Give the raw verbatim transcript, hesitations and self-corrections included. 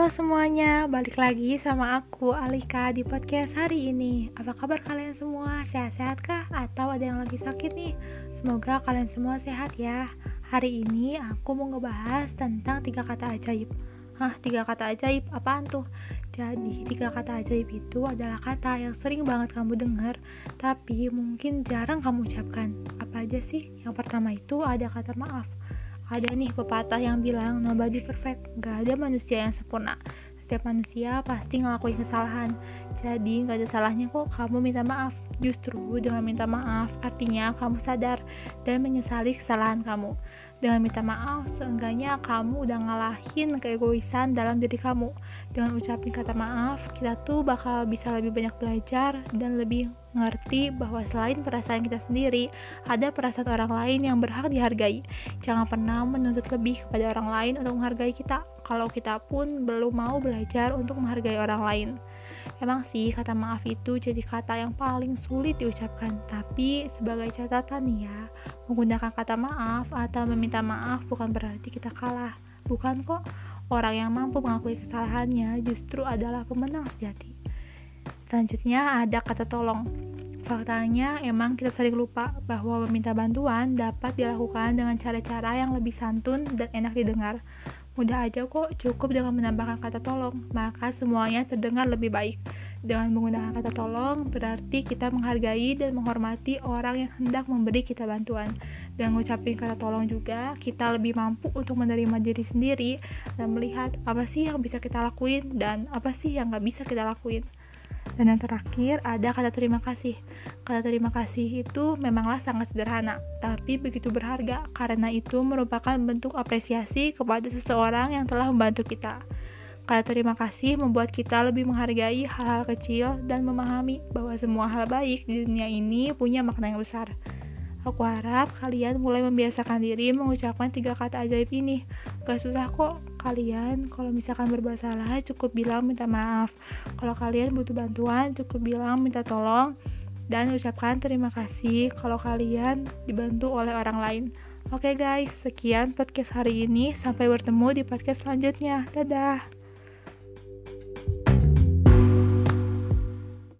Halo semuanya, balik lagi sama aku Alika di podcast hari ini. Apa kabar kalian semua? Sehat-sehat kah? Atau ada yang lagi sakit nih? Semoga kalian semua sehat ya. Hari ini aku mau ngebahas tentang tiga kata ajaib. Hah, tiga kata ajaib? Apaan tuh? Jadi, tiga kata ajaib itu adalah kata yang sering banget kamu dengar, tapi mungkin jarang kamu ucapkan. Apa aja sih? Yang pertama itu ada kata maaf. Ada nih pepatah yang bilang nobody perfect, gak ada manusia yang sempurna. Setiap manusia pasti ngelakuin kesalahan. Jadi gak ada salahnya kok kamu minta maaf. Justru dengan minta maaf artinya kamu sadar dan menyesali kesalahan kamu. Dengan minta maaf seenggaknya kamu udah ngalahin keegoisan dalam diri kamu. Dengan ucapin kata maaf, kita tuh bakal bisa lebih banyak belajar dan lebih ngerti bahwa selain perasaan kita sendiri, ada perasaan orang lain yang berhak dihargai. Jangan pernah menuntut lebih kepada orang lain untuk menghargai kita, kalau kita pun belum mau belajar untuk menghargai orang lain. Emang sih kata maaf itu jadi kata yang paling sulit diucapkan, tapi sebagai catatan nih ya, menggunakan kata maaf atau meminta maaf bukan berarti kita kalah. Bukan kok, orang yang mampu mengakui kesalahannya justru adalah pemenang sejati. Selanjutnya ada kata tolong. Faktanya emang kita sering lupa bahwa meminta bantuan dapat dilakukan dengan cara-cara yang lebih santun dan enak didengar. Mudah aja kok, cukup dengan menambahkan kata tolong, maka semuanya terdengar lebih baik. Dengan menggunakan kata tolong, berarti kita menghargai dan menghormati orang yang hendak memberi kita bantuan. Dengan mengucapkan kata tolong juga, kita lebih mampu untuk menerima diri sendiri dan melihat apa sih yang bisa kita lakuin dan apa sih yang gak bisa kita lakuin. Dan yang terakhir ada kata terima kasih. Kata terima kasih itu memanglah sangat sederhana, tapi begitu berharga karena itu merupakan bentuk apresiasi kepada seseorang yang telah membantu kita. Kata terima kasih membuat kita lebih menghargai hal-hal kecil dan memahami bahwa semua hal baik di dunia ini punya makna yang besar. Aku harap kalian mulai membiasakan diri mengucapkan tiga kata ajaib ini. Gak susah kok, kalian kalau misalkan berbuat salah cukup bilang minta maaf. Kalau kalian butuh bantuan cukup bilang minta tolong. Dan ucapkan terima kasih kalau kalian dibantu oleh orang lain. Oke guys, sekian podcast hari ini. Sampai bertemu di podcast selanjutnya. Dadah!